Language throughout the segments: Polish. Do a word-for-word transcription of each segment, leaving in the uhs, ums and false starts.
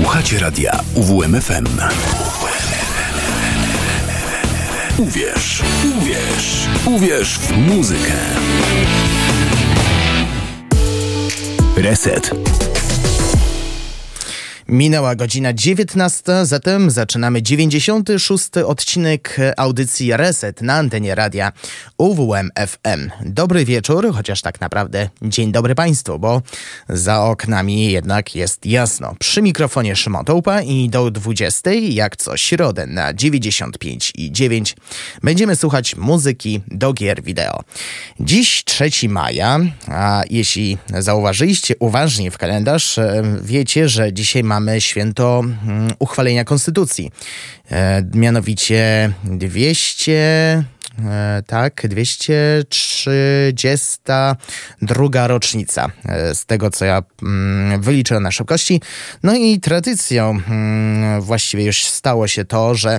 Słuchacie radia U W M F M. Uwierz, uwierz, uwierz w muzykę. Reset. Minęła godzina dziewiętnasta, zatem zaczynamy dziewięćdziesiąty szósty odcinek audycji Reset na antenie radia U W M F M. Dobry wieczór, chociaż tak naprawdę dzień dobry Państwu, bo za oknami jednak jest jasno. Przy mikrofonie Szymon Tołpa i do dwudziestej, jak co środę na dziewięćdziesiąt pięć i dziewięć, będziemy słuchać muzyki do gier wideo. Dziś trzeciego maja, a jeśli zauważyliście uważnie w kalendarz, wiecie, że dzisiaj mamy Mamy święto um, uchwalenia Konstytucji. E, mianowicie dwieście, e, tak, dwieście trzydziesta druga rocznica e, z tego, co ja mm, wyliczyłem na szybkości. No i tradycją mm, właściwie już stało się to, że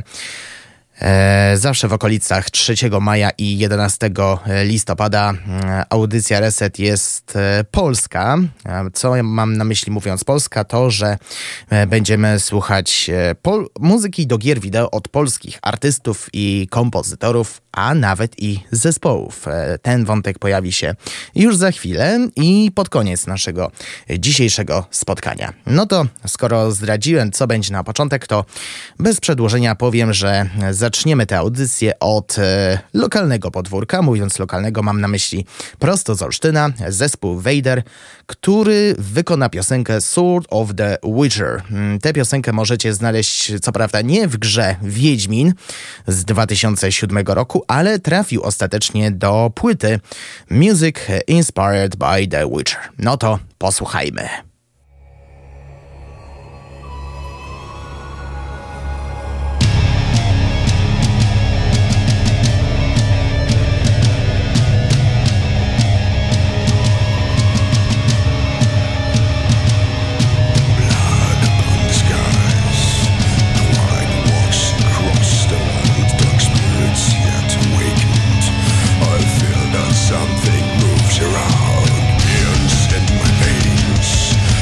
E, zawsze w okolicach trzeciego maja i jedenastego listopada e, audycja Reset jest e, polska. E, co mam na myśli mówiąc Polska, to, że e, będziemy słuchać e, pol- muzyki do gier wideo od polskich artystów i kompozytorów, a nawet i zespołów. E, ten wątek pojawi się już za chwilę i pod koniec naszego dzisiejszego spotkania. No to skoro zdradziłem, co będzie na początek, to bez przedłużenia powiem, że za Zaczniemy tę audycję od e, lokalnego podwórka. Mówiąc lokalnego, mam na myśli prosto z Olsztyna, zespół Vader, który wykona piosenkę Sword of the Witcher. Tę piosenkę możecie znaleźć, co prawda, nie w grze Wiedźmin z dwa tysiące siódmego roku, ale trafił ostatecznie do płyty Music Inspired by the Witcher. No to posłuchajmy. Something moves around, inside my veins.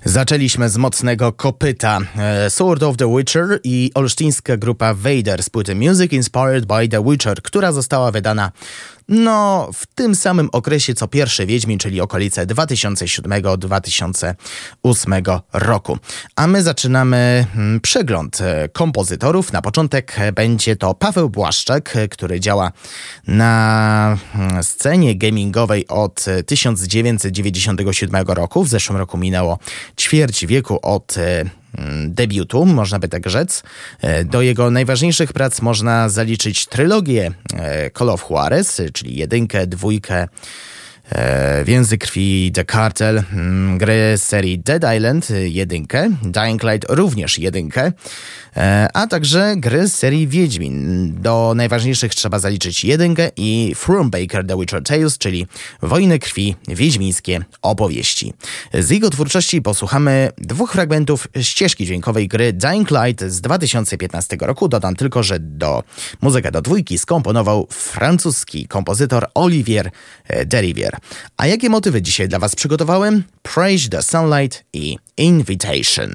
Zaczęliśmy z mocnego kopyta. Sword of the Witcher i olsztyńska grupa Vader z płyty Music Inspired by the Witcher, która została wydana no w tym samym okresie co pierwszy Wiedźmin, czyli okolice dwa tysiące siódmego do dwa tysiące ósmego roku. A my zaczynamy przegląd kompozytorów. Na początek będzie to Paweł Błaszczak, który działa na scenie gamingowej od tysiąc dziewięćset dziewięćdziesiątego siódmego roku. W zeszłym roku minęło ćwierć wieku od debiutu, można by tak rzec. Do jego najważniejszych prac można zaliczyć trylogię Call of Juarez, czyli jedynkę, dwójkę, Więzy krwi, The Cartel, gry z serii Dead Island, jedynkę, Dying Light również jedynkę, a także gry z serii Wiedźmin. Do najważniejszych trzeba zaliczyć jedynkę i Thronebaker The Witcher Tales, czyli Wojny krwi, wiedźmińskie opowieści. Z jego twórczości posłuchamy dwóch fragmentów ścieżki dźwiękowej gry Dying Light z dwa tysiące piętnastego roku. Dodam tylko, że do muzykę do dwójki skomponował francuski kompozytor Olivier Derivière. A jakie motywy dzisiaj dla Was przygotowałem? Praise the Sunlight i Invitation.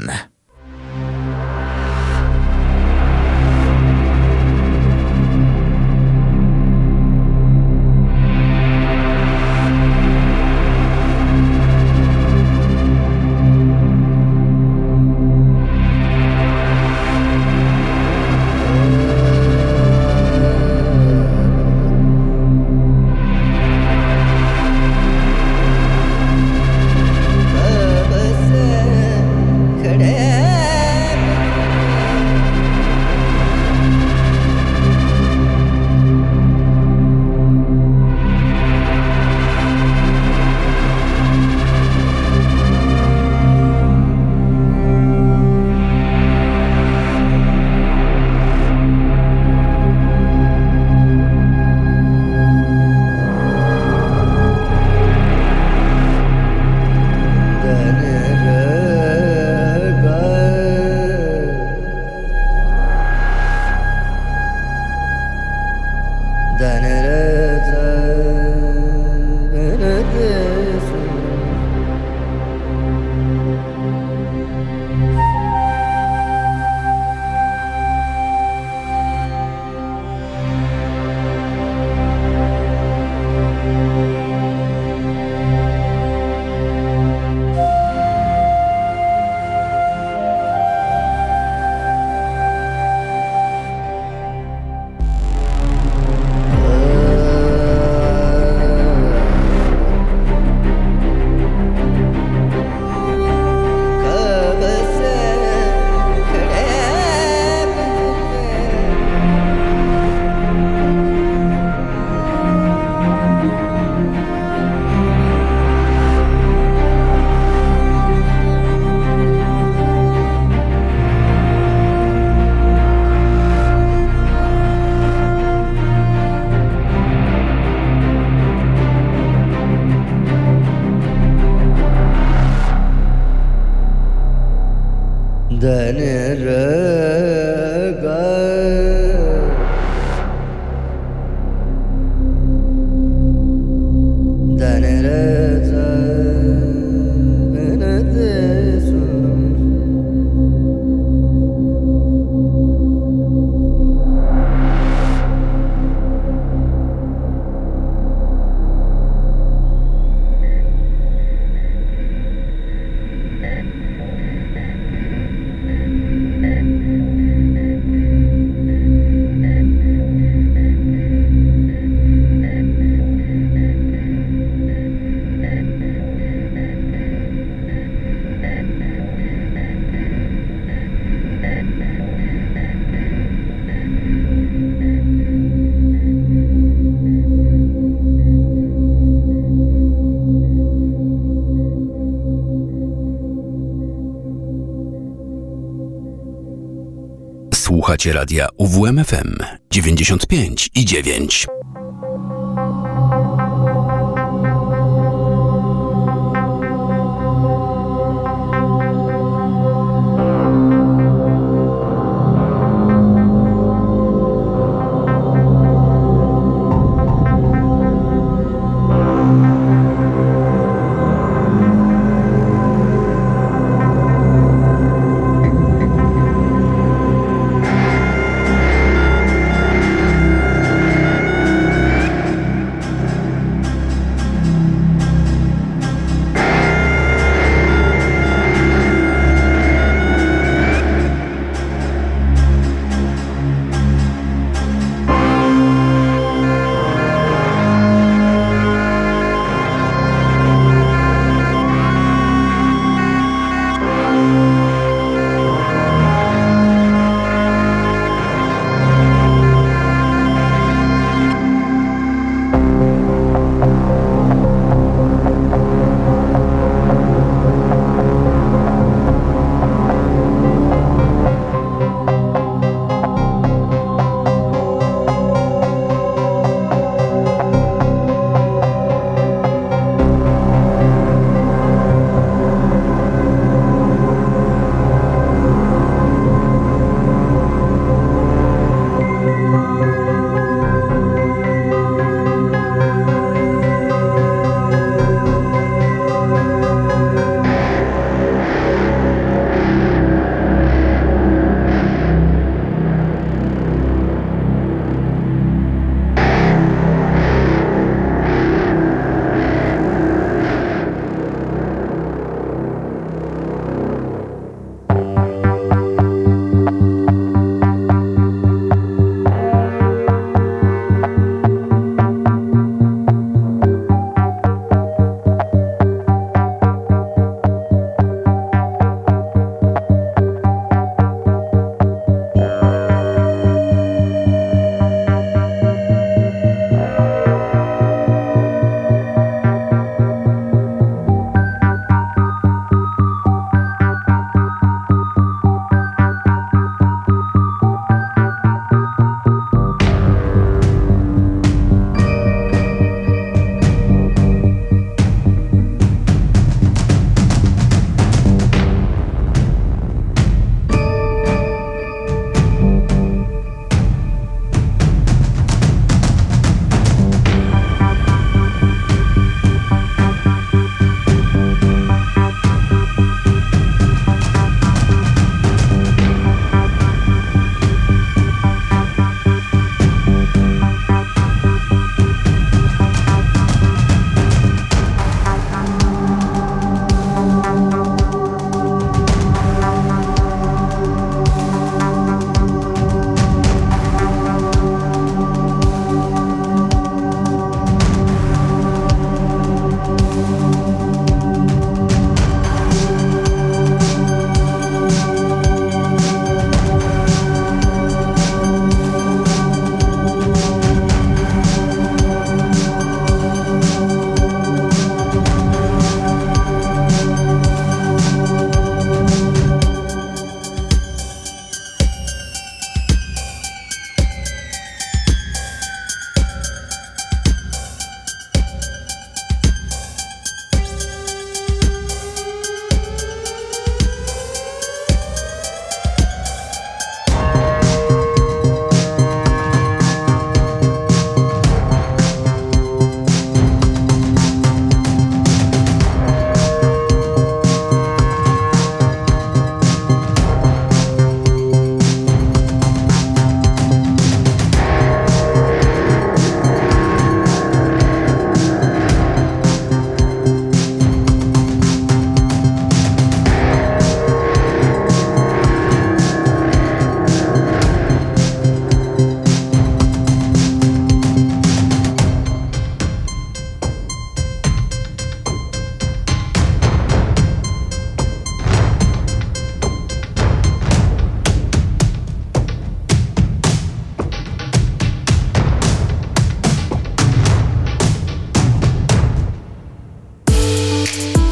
Słuchacie radia U W M F M dziewięćdziesiąt pięć i dziewięć.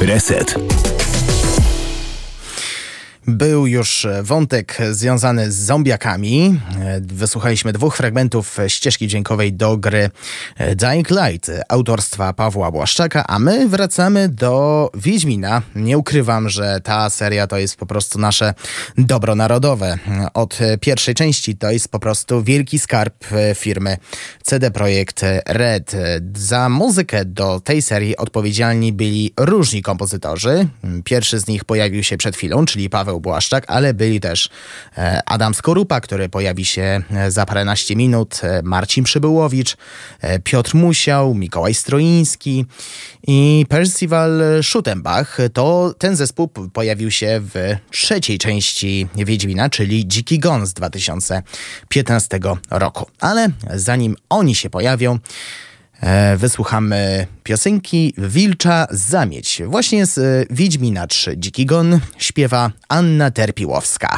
Reset. Był już wątek związany z zombiakami. Wysłuchaliśmy dwóch fragmentów ścieżki dźwiękowej do gry Dying Light autorstwa Pawła Błaszczaka, a my wracamy do Wiedźmina. Nie ukrywam, że ta seria to jest po prostu nasze dobro narodowe. Od pierwszej części to jest po prostu wielki skarb firmy C D Projekt Red. Za muzykę do tej serii odpowiedzialni byli różni kompozytorzy. Pierwszy z nich pojawił się przed chwilą, czyli Paweł Błaszczak, ale byli też Adam Skorupa, który pojawi się za paręnaście minut, Marcin Przybyłowicz, Piotr Musiał, Mikołaj Stroiński i Percival Schuttenbach. To ten zespół pojawił się w trzeciej części Wiedźmina, czyli Dziki Gon z dwa tysiące piętnastego roku. Ale zanim oni się pojawią, wysłuchamy piosenki Wilcza Zamieć. Właśnie z Wiedźmina trzy Dziki Gon śpiewa Anna Terpiłowska.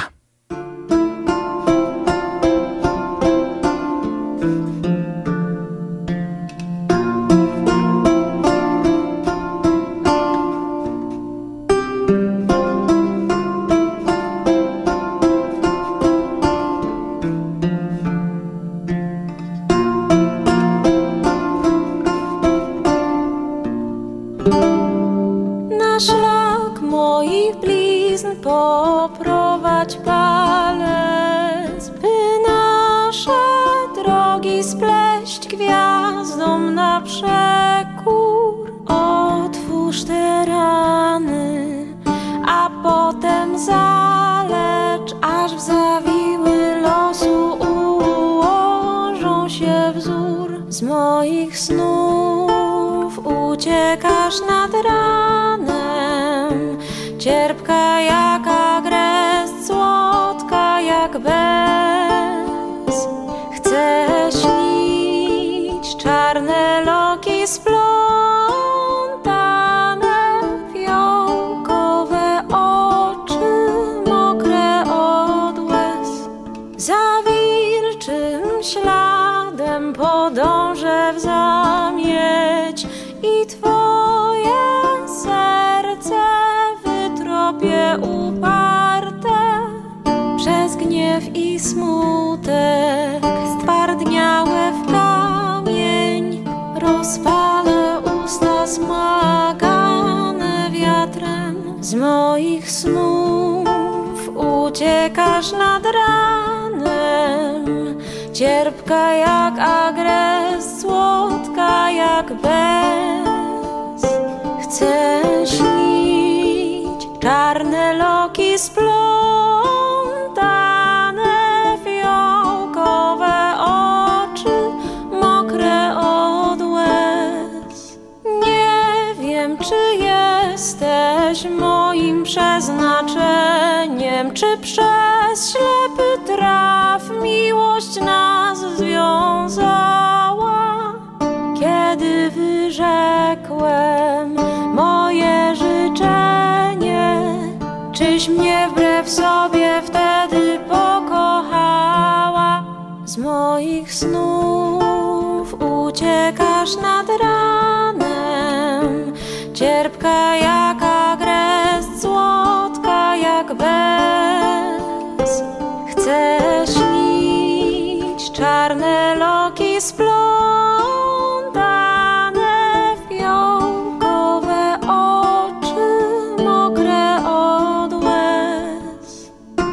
Poprowadź palec, by nasze drogi spleść gwiazdom na przekór. Otwórz te rany, a potem zalecz, aż w zawiły losu ułożą się wzór. Z moich snów uciekasz nad ranem, cierpka jak agres, słodka jak bez. Chcę śnić czarne loki splątane, fiołkowe oczy mokre od łez. Za wilczym śladem podążę w zamieć i twoje serce wytropię uparte. Przez gniew i smutek stwardniałe w kamień rozpalę usta smagane wiatrem. Z moich snów uciekasz nad ranem, cierpka jak agres, słodka jak bez. Chcę śnić czarne loki splątane, fiołkowe oczy mokre od łez. Nie wiem, czy jesteś moim przeznaczeniem, czy przez ślepy traf miłość nas związała. Kiedy wyrzekłem moje życzenie, czyś mnie wbrew sobie wtedy pokochała. Z moich snów uciekasz nad ranem, cierpka jak agres, słodka jak bez. Chcę śnić czarne loki splątane, fiołkowe oczy mokre od łez.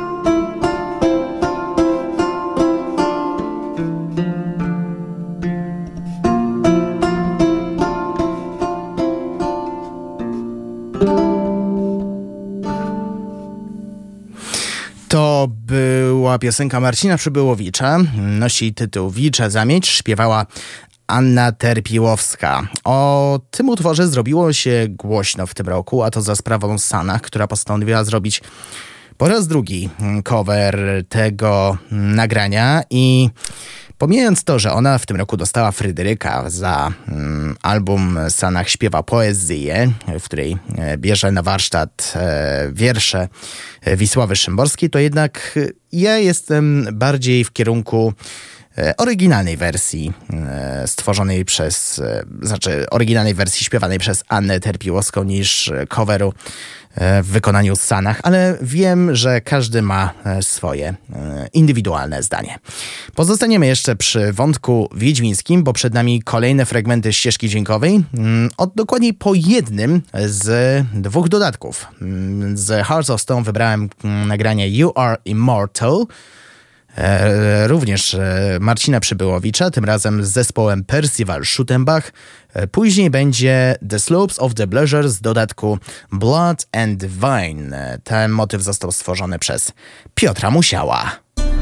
To była piosenka Marcina Przybyłowicza, nosi tytuł Wilcza Zamieć, śpiewała Anna Terpiłowska. O tym utworze zrobiło się głośno w tym roku, a to za sprawą Sanach, która postanowiła zrobić po raz drugi cover tego nagrania i pomijając to, że ona w tym roku dostała Fryderyka za mm, album Sanach śpiewa poezję, w której bierze na warsztat e, wiersze Wisławy Szymborskiej, to jednak ja jestem bardziej w kierunku oryginalnej wersji stworzonej przez, znaczy oryginalnej wersji śpiewanej przez Annę Terpiłowską niż coveru w wykonaniu Sanach, ale wiem, że każdy ma swoje indywidualne zdanie. Pozostaniemy jeszcze przy wątku wiedźmińskim, bo przed nami kolejne fragmenty ścieżki dźwiękowej, od dokładniej po jednym z dwóch dodatków. Z Hearts of Stone wybrałem nagranie You Are Immortal, E, również e, Marcina Przybyłowicza, tym razem z zespołem Percival Schuttenbach. E, później będzie The Slopes of the Pleasure z dodatku Blood and Wine. E, ten motyw został stworzony przez Piotra Musiała.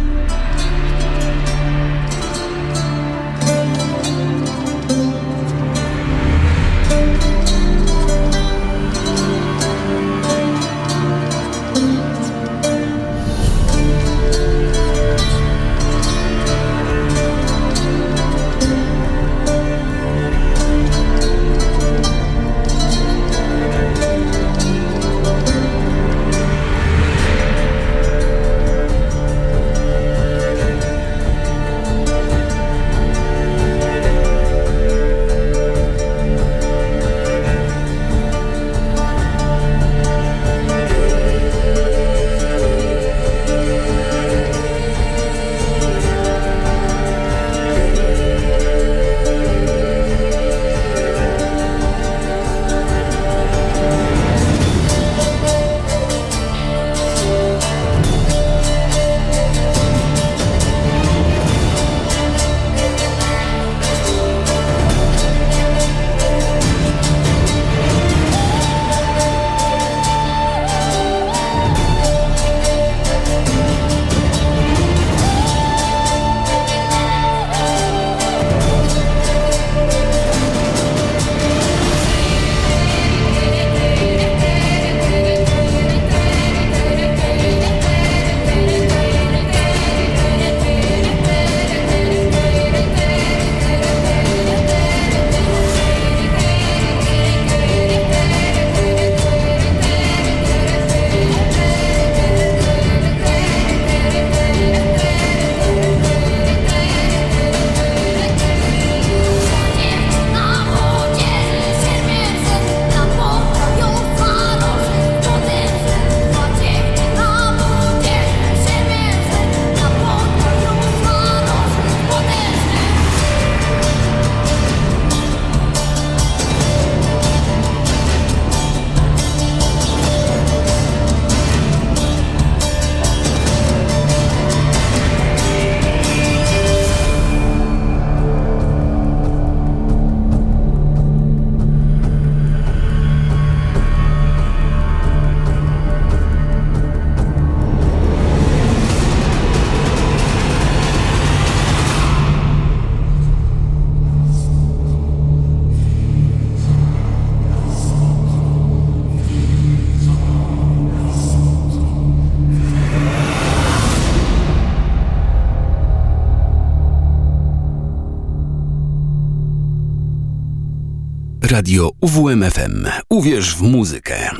Radio U W M F M. Uwierz w muzykę.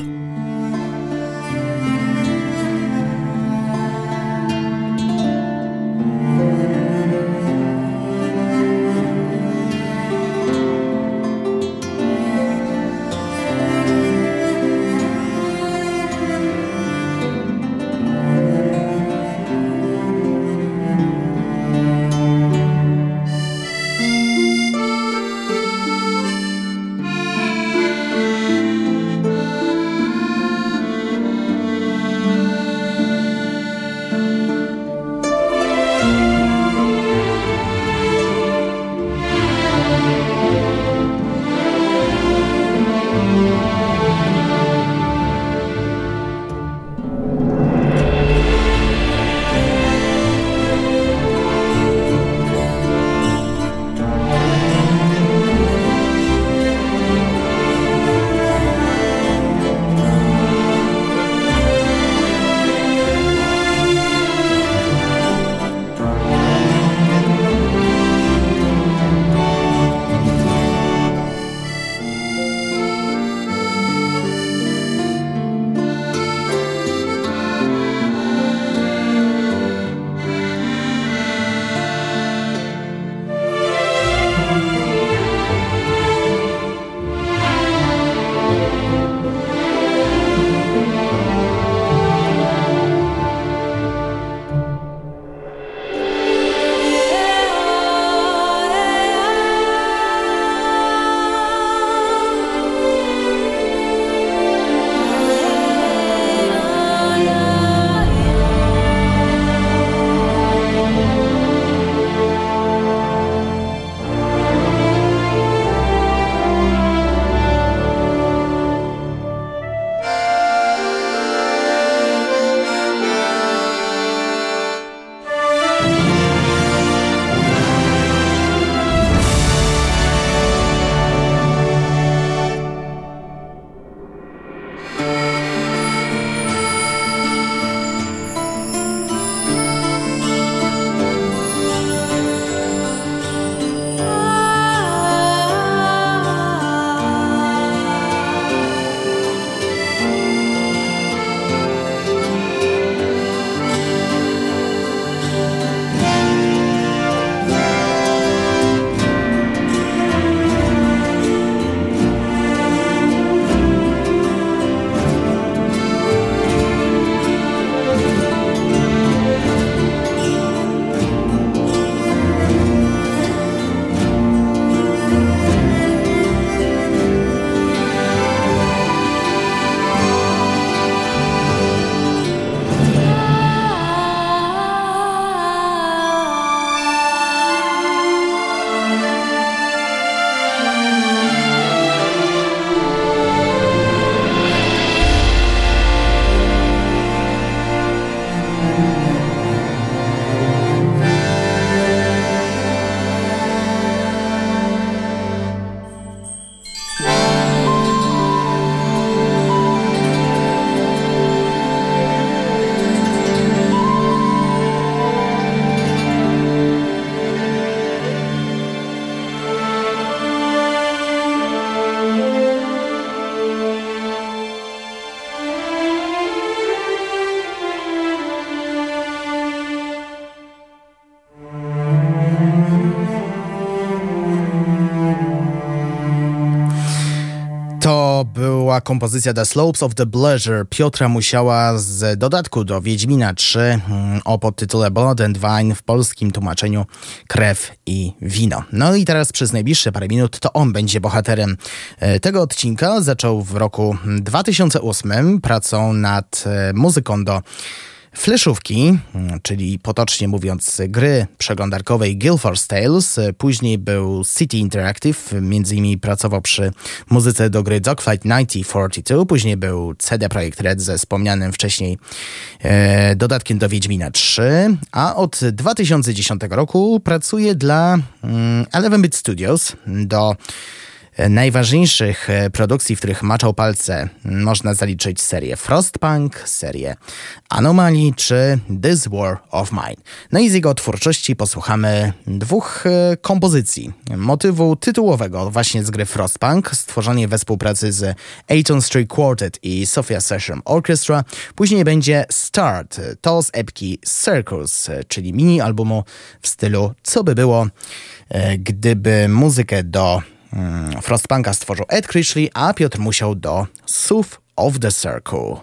była kompozycja The Slopes of the Pleasure Piotra Musiała z dodatku do Wiedźmina trzy o podtytule Blood and Wine, w polskim tłumaczeniu Krew i Wino. No i teraz przez najbliższe parę minut to on będzie bohaterem tego odcinka. Zaczął w roku dwa tysiące ósmym pracą nad muzyką do fleszówki, czyli potocznie mówiąc gry przeglądarkowej Guildford Tales. Później był City Interactive, między innymi pracował przy muzyce do gry Dogfight tysiąc czterysta czterdzieści dwa. Później był C D Projekt Red ze wspomnianym wcześniej e, dodatkiem do Wiedźmina trzy, a od dwa tysiące dziesiątego roku pracuje dla mm, eleven bit Studios do najważniejszych produkcji, w których maczał palce, można zaliczyć serię Frostpunk, serię Anomaly czy This War of Mine. No i z jego twórczości posłuchamy dwóch kompozycji. Motywu tytułowego właśnie z gry Frostpunk, stworzonej we współpracy z Eighton Street Quartet i Sophia Session Orchestra. Później będzie Start, to z epki Circles, czyli mini albumu w stylu co by było, gdyby muzykę do Frostpunka stworzył Ed Critchley, a Piotr Musiał do Sooth of the Circle.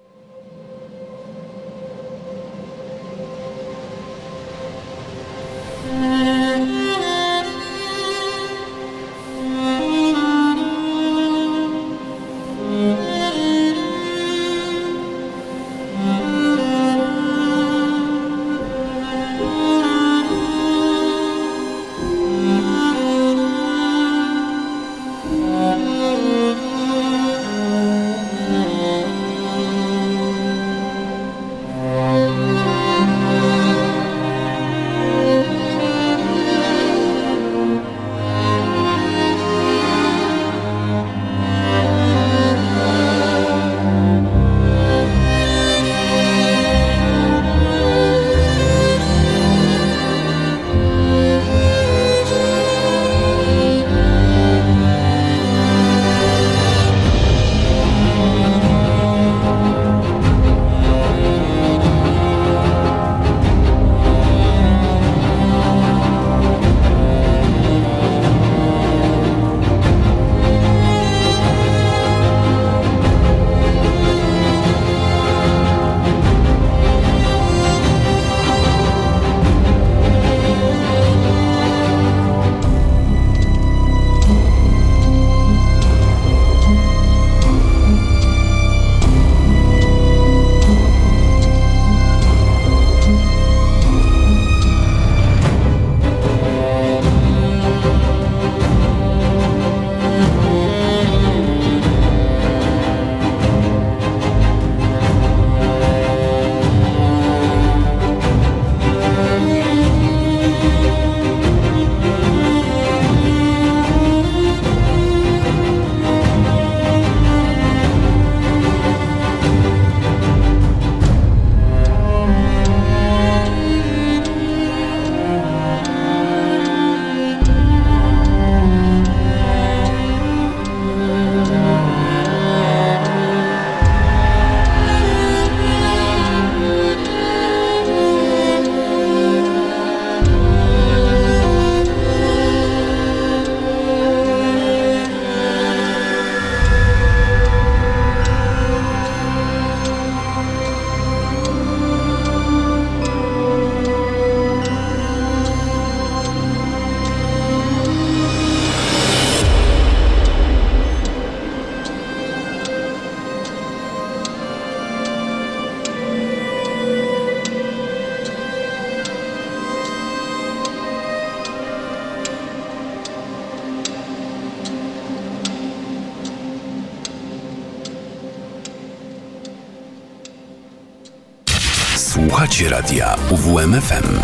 Słuchacie radia U W M F M.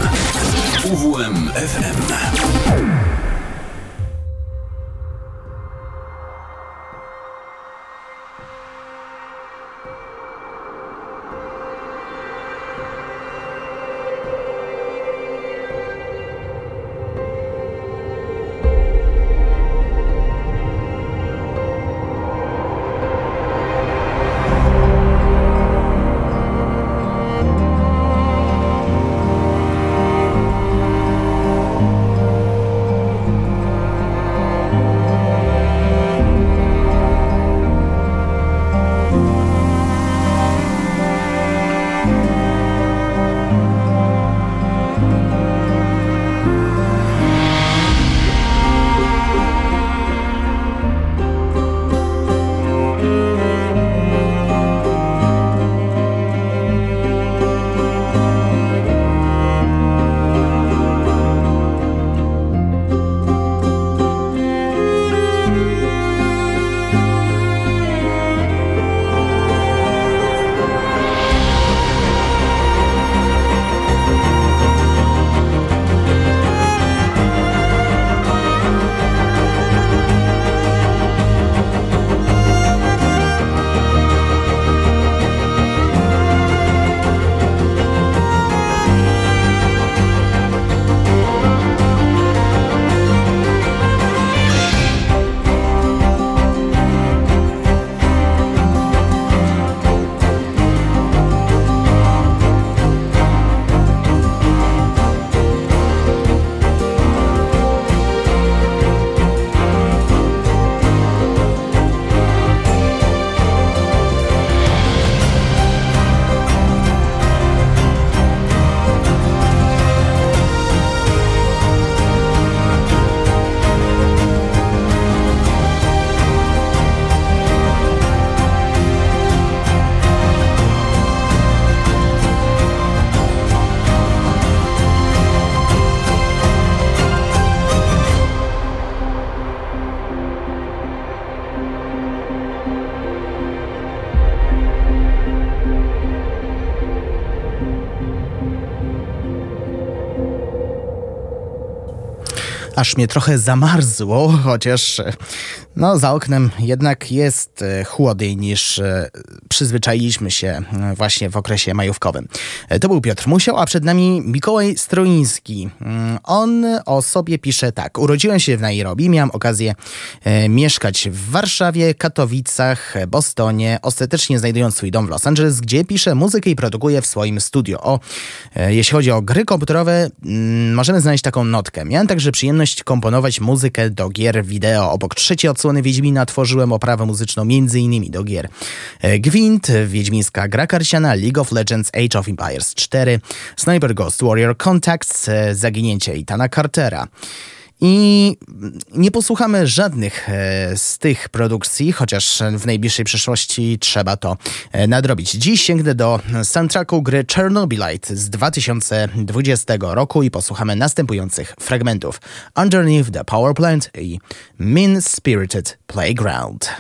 U W M F M. Aż mnie trochę zamarzło, chociaż no, za oknem jednak jest chłodniej niż przyzwyczailiśmy się właśnie w okresie majówkowym. To był Piotr Musiał, a przed nami Mikołaj Stroiński. On o sobie pisze tak. Urodziłem się w Nairobi, miałem okazję e, mieszkać w Warszawie, Katowicach, Bostonie, ostatecznie znajdując swój dom w Los Angeles, gdzie piszę muzykę i produkuję w swoim studio. O, e, jeśli chodzi o gry komputerowe, m, możemy znaleźć taką notkę. Miałem także przyjemność komponować muzykę do gier wideo. Obok trzeciej odsłony Wiedźmina tworzyłem oprawę muzyczną m.in. do gier e, Gwint, Wiedźmińska gra karciana, League of Legends, Age of Empires cztery, Sniper Ghost Warrior Contacts, e, Zaginięcie Ethana Cartera. I nie posłuchamy żadnych e, z tych produkcji, chociaż w najbliższej przyszłości trzeba to e, nadrobić. Dziś sięgnę do soundtracku gry Chernobylite z dwa tysiące dwudziestego roku i posłuchamy następujących fragmentów: Underneath the Power Plant i Mean Spirited Playground.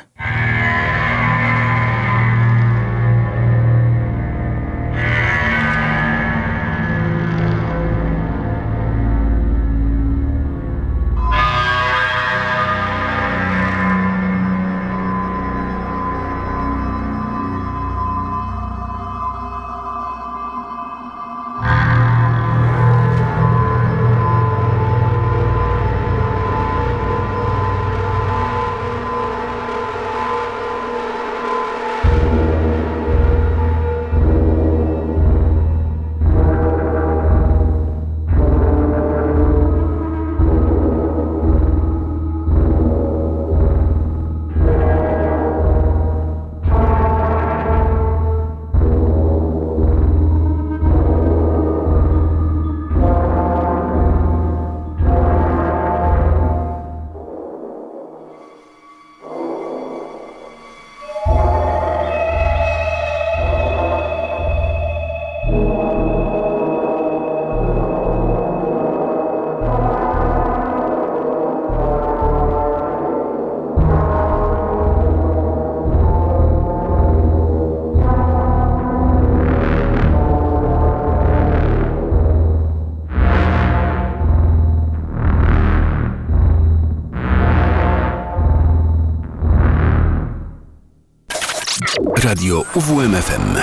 Radio U W M F M.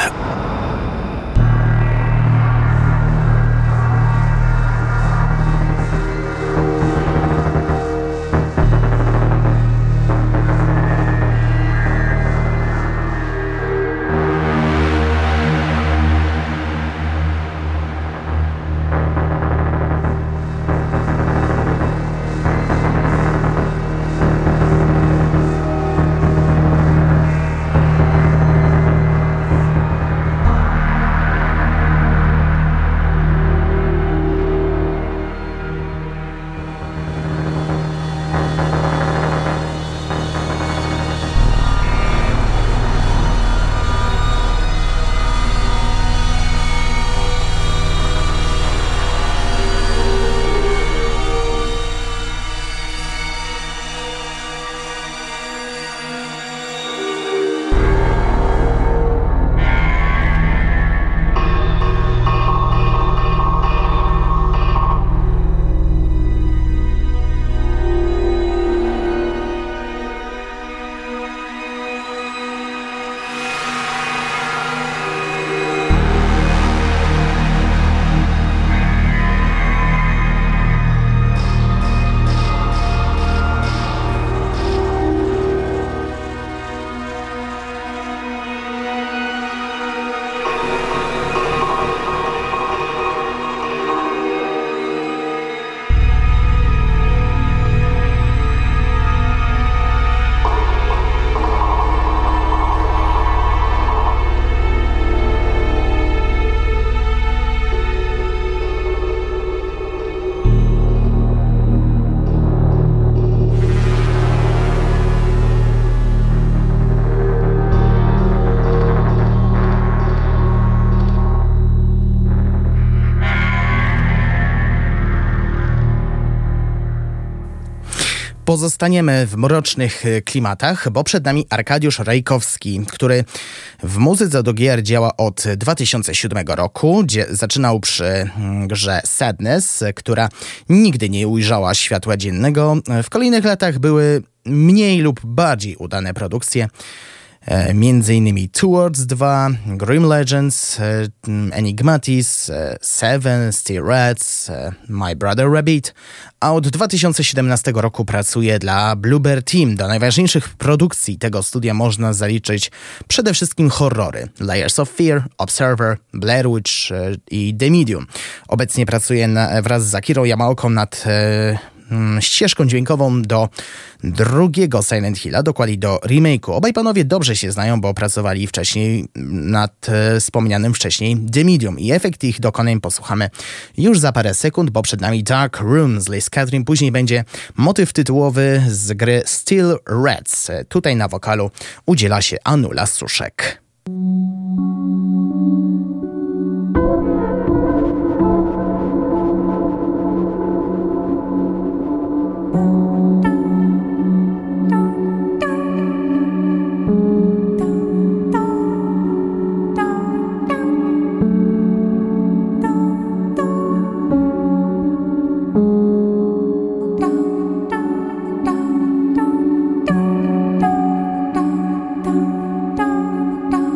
pozostaniemy w mrocznych klimatach, bo przed nami Arkadiusz Rejkowski, który w muzyce do gier działa od dwa tysiące siódmego roku, gdzie zaczynał przy grze Sadness, która nigdy nie ujrzała światła dziennego. W kolejnych latach były mniej lub bardziej udane produkcje, między innymi Towards dwa, Grim Legends, Enigmatis, Seven, Steel Rats, My Brother Rabbit, a od dwa tysiące siedemnastego roku pracuje dla Bluebird Team. Do najważniejszych produkcji tego studia można zaliczyć przede wszystkim horrory Layers of Fear, Observer, Blair Witch i The Medium. Obecnie pracuje na, wraz z Akirą Yamaoką nad e, ścieżką dźwiękową do drugiego Silent Hilla, dokładnie do remake'u. Obaj panowie dobrze się znają, bo pracowali wcześniej nad e, wspomnianym wcześniej The Medium i efekt ich dokonań posłuchamy już za parę sekund, bo przed nami Dark Room z Liz Catherine, później będzie motyw tytułowy z gry Steel Rats. Tutaj na wokalu udziela się Anula Suszek. Dun, dun, dun, dun.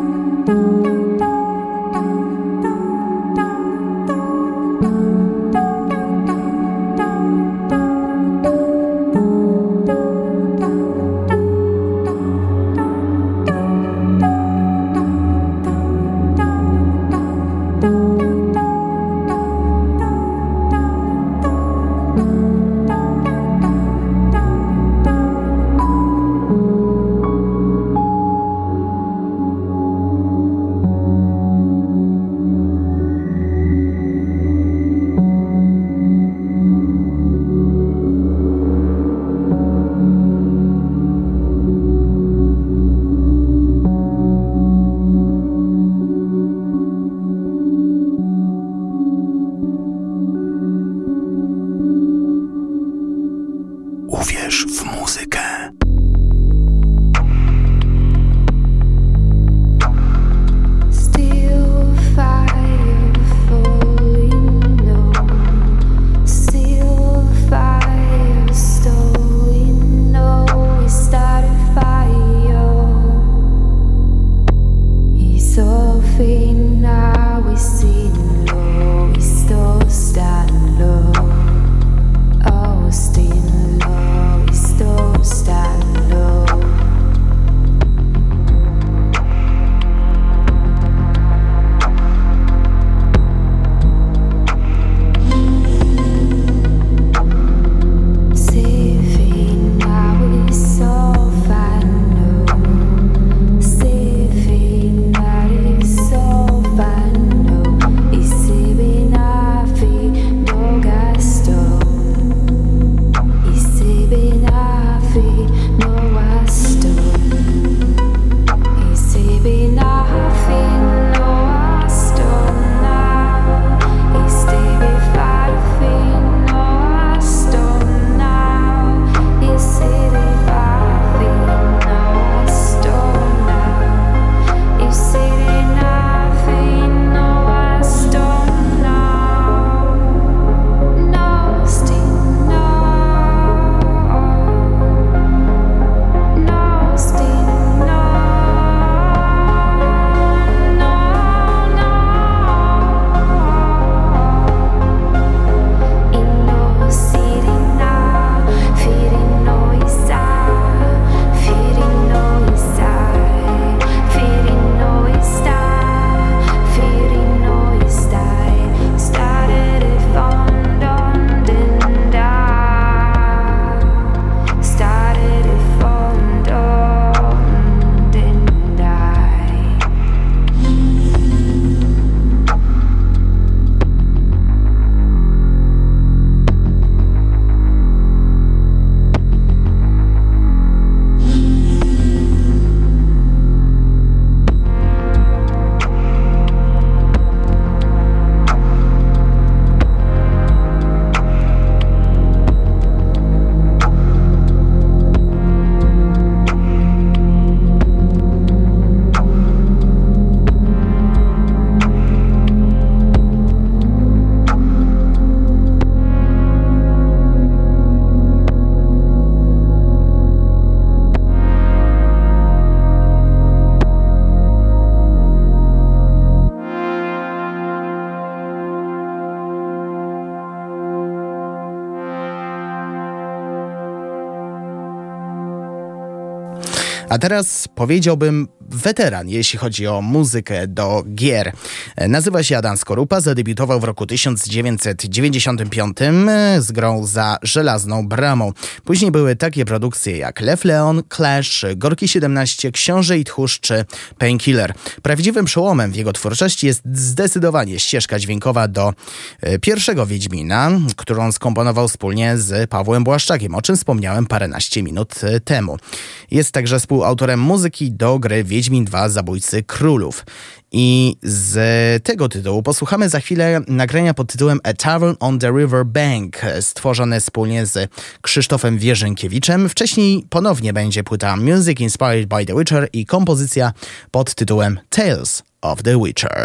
A teraz powiedziałbym weteran, jeśli chodzi o muzykę do gier. Nazywa się Adam Skorupa, zadebiutował w roku tysiąc dziewięćset dziewięćdziesiątym piątym z grą Za żelazną bramą. Później były takie produkcje jak Lew Leon, Clash, Gorki siedemnaście, Książę i Tchórz czy Painkiller. Prawdziwym przełomem w jego twórczości jest zdecydowanie ścieżka dźwiękowa do pierwszego Wiedźmina, którą skomponował wspólnie z Pawłem Błaszczakiem, o czym wspomniałem paręnaście minut temu. Jest także współautorem muzyki do gry Wiedźmin dwa Zabójcy Królów. I z tego tytułu posłuchamy za chwilę nagrania pod tytułem A Tavern on the River Bank, stworzone wspólnie z Krzysztofem Wierzękiewiczem. Wcześniej ponownie będzie płyta Music Inspired by The Witcher i kompozycja pod tytułem Tales of the Witcher.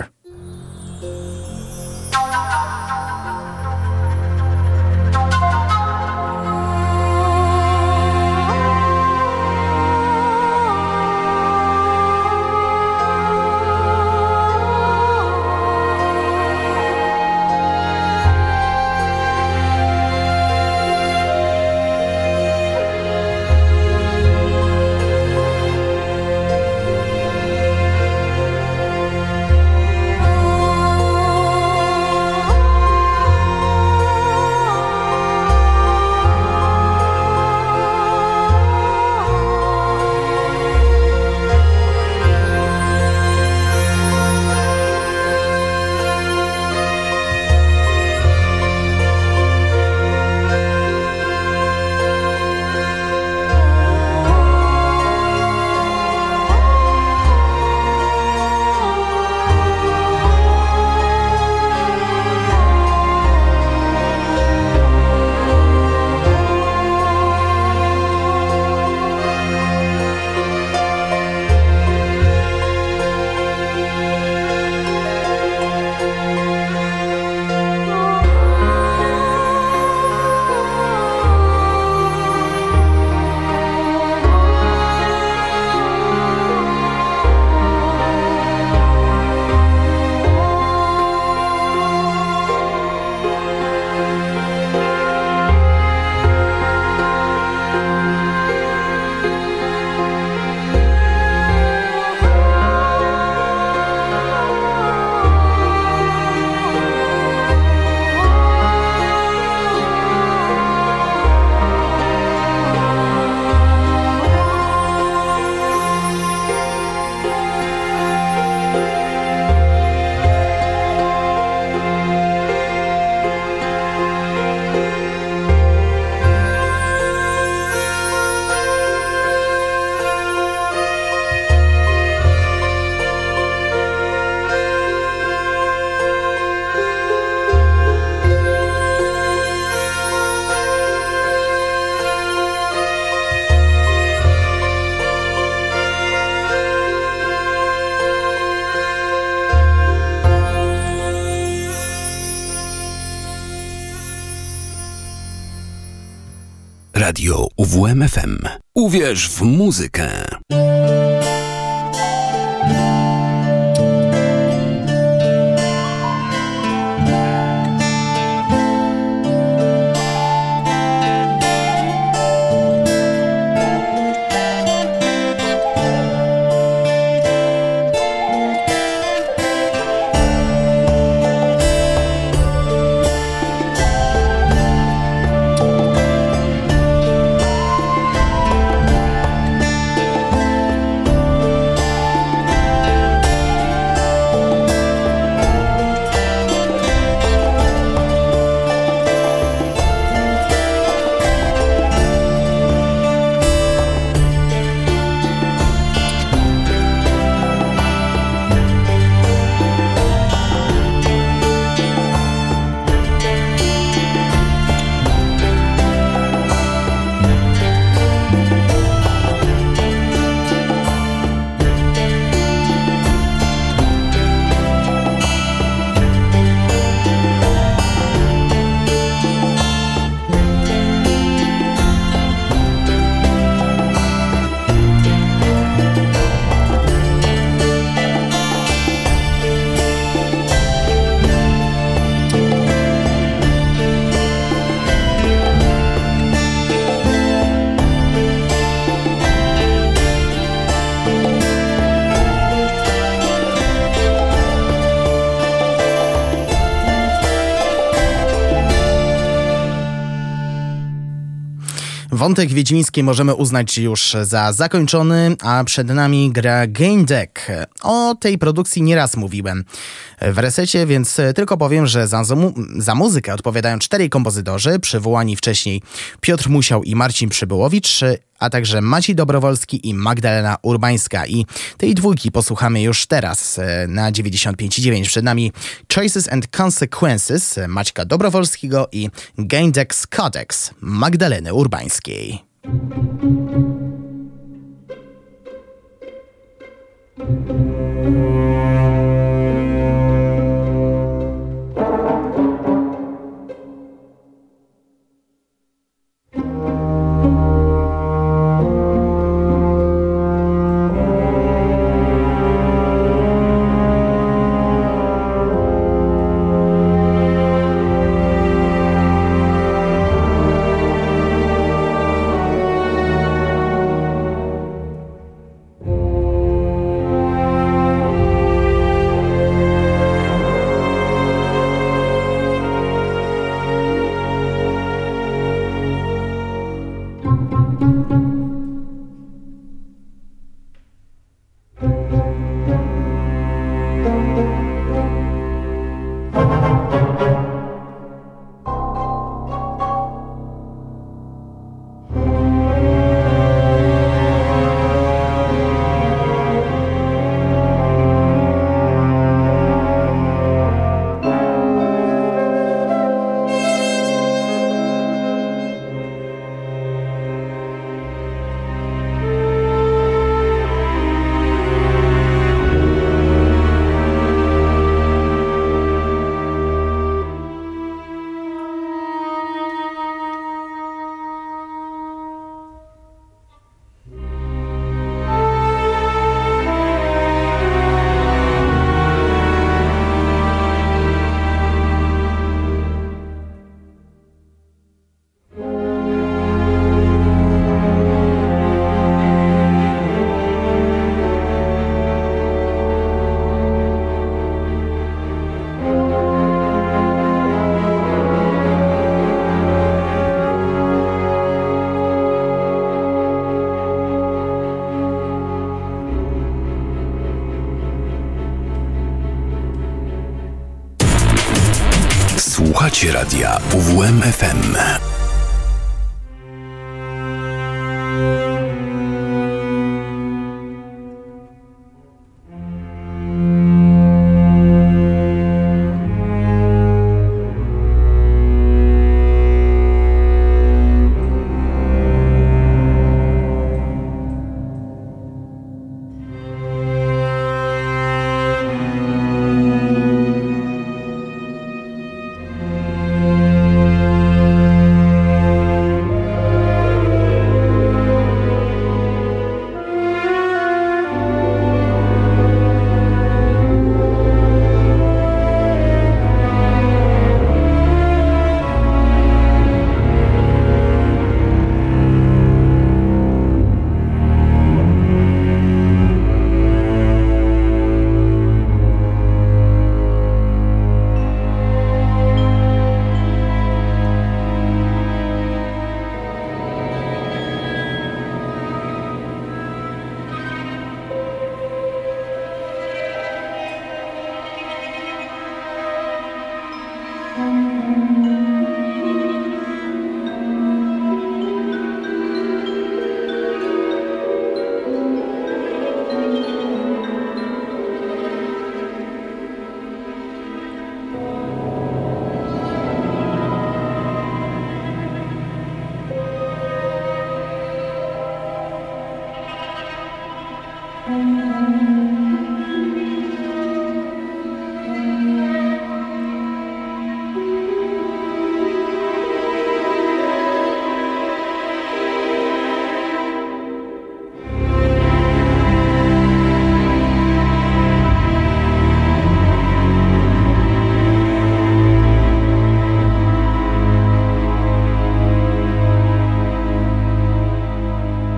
Radio U W M F M. Uwierz w muzykę. Wątek wiedźmiński możemy uznać już za zakończony, a przed nami gra Game Deck. O tej produkcji nieraz mówiłem w resecie, więc tylko powiem, że za, za muzykę odpowiadają czterej kompozytorzy, przywołani wcześniej Piotr Musiał i Marcin Przybyłowicz, a także Maciej Dobrowolski i Magdalena Urbańska. I tej dwójki posłuchamy już teraz na dziewięćdziesiąt pięć i dziewięć. Przed nami Choices and Consequences Maćka Dobrowolskiego i Game Deck's Codex Magdaleny Urbańskiej. Słuchacie radia U W M F M.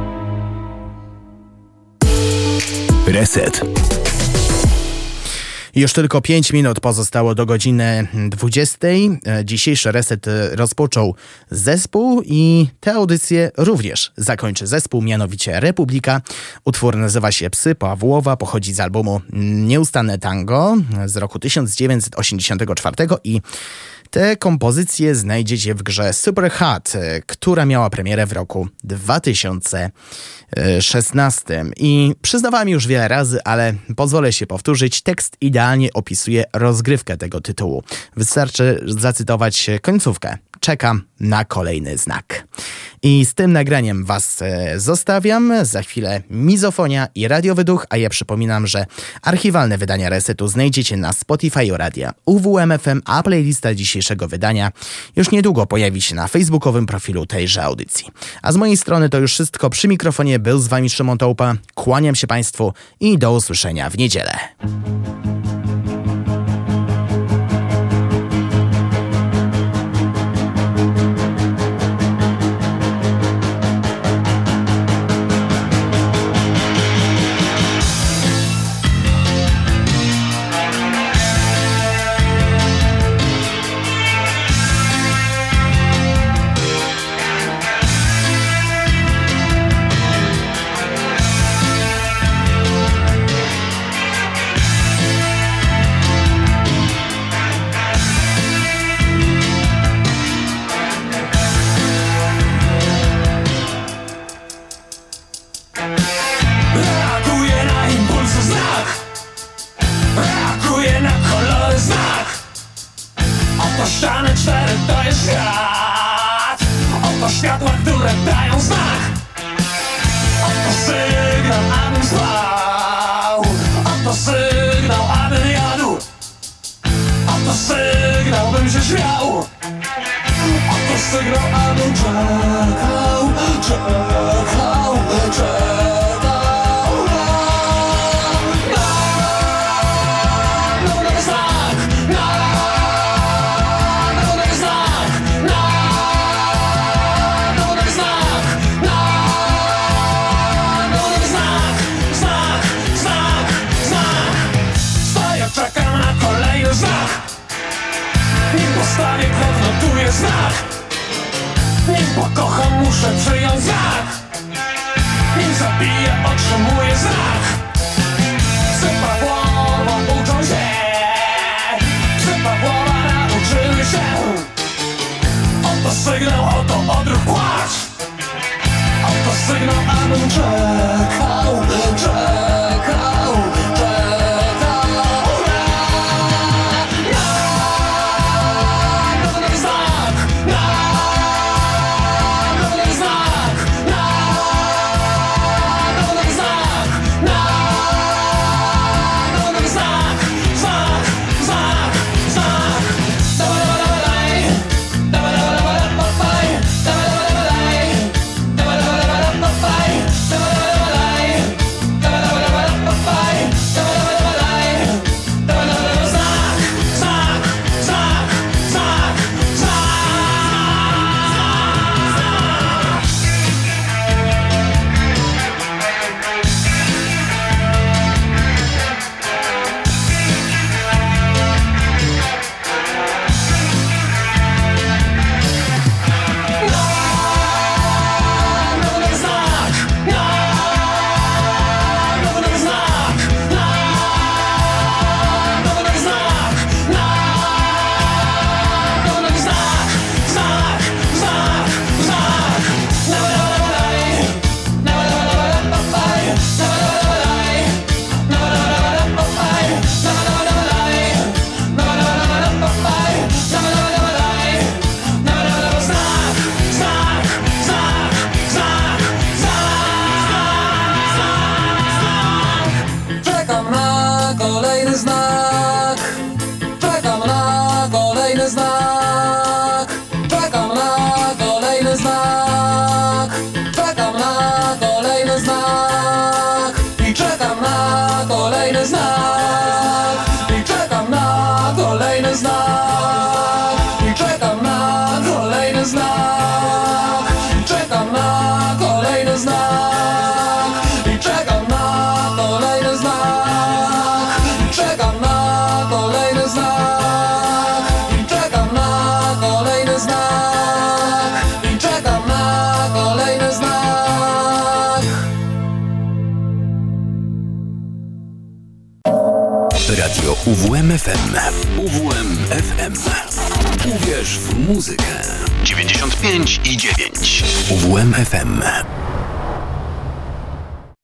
Reset. Już tylko pięć minut pozostało do godziny dwudziestej. Dzisiejszy reset rozpoczął zespół i tę audycję również zakończy zespół, mianowicie Republika. Utwór nazywa się Psy Pawłowa, pochodzi z albumu Nieustanne Tango z roku tysiąc dziewięćset osiemdziesiątego czwartego i te kompozycje znajdziecie w grze Super Hot, która miała premierę w roku dwa tysiące szesnastym. I przyznawałem już wiele razy, ale pozwolę się powtórzyć, tekst idealnie opisuje rozgrywkę tego tytułu. Wystarczy zacytować końcówkę. Czekam na kolejny znak. I z tym nagraniem was zostawiam. Za chwilę Mizofonia i Radiowy Duch, a ja przypominam, że archiwalne wydania Resetu znajdziecie na Spotify Radia U W M F M, a playlista dzisiejszego wydania już niedługo pojawi się na facebookowym profilu tejże audycji. A z mojej strony to już wszystko. Przy mikrofonie był z wami Szymon Tołpa. Kłaniam się państwu i do usłyszenia w niedzielę. Ściany cztery to jest świat. Oto światła, które dają znak. Oto sygnał, abym spał. Oto sygnał, abym jadł. Oto sygnał, bym się śmiał. Oto sygnał, abym czekał, czekał, czekał. Postawię krok, notuję znak. Nim pokocham, muszę przyjąć znak. Nim zabiję, otrzymuję znak. Psy Pawłowa uczą się. Psy Pawłowa nauczyły się. Oto sygnał, oto odruch, płacz. Oto sygnał, abym czekał, czekał, czekał. Czekam na Radio U W M F M. U W M F M. Uwierz w muzykę. dziewięćdziesiąt pięć i dziewięć. U W M F M.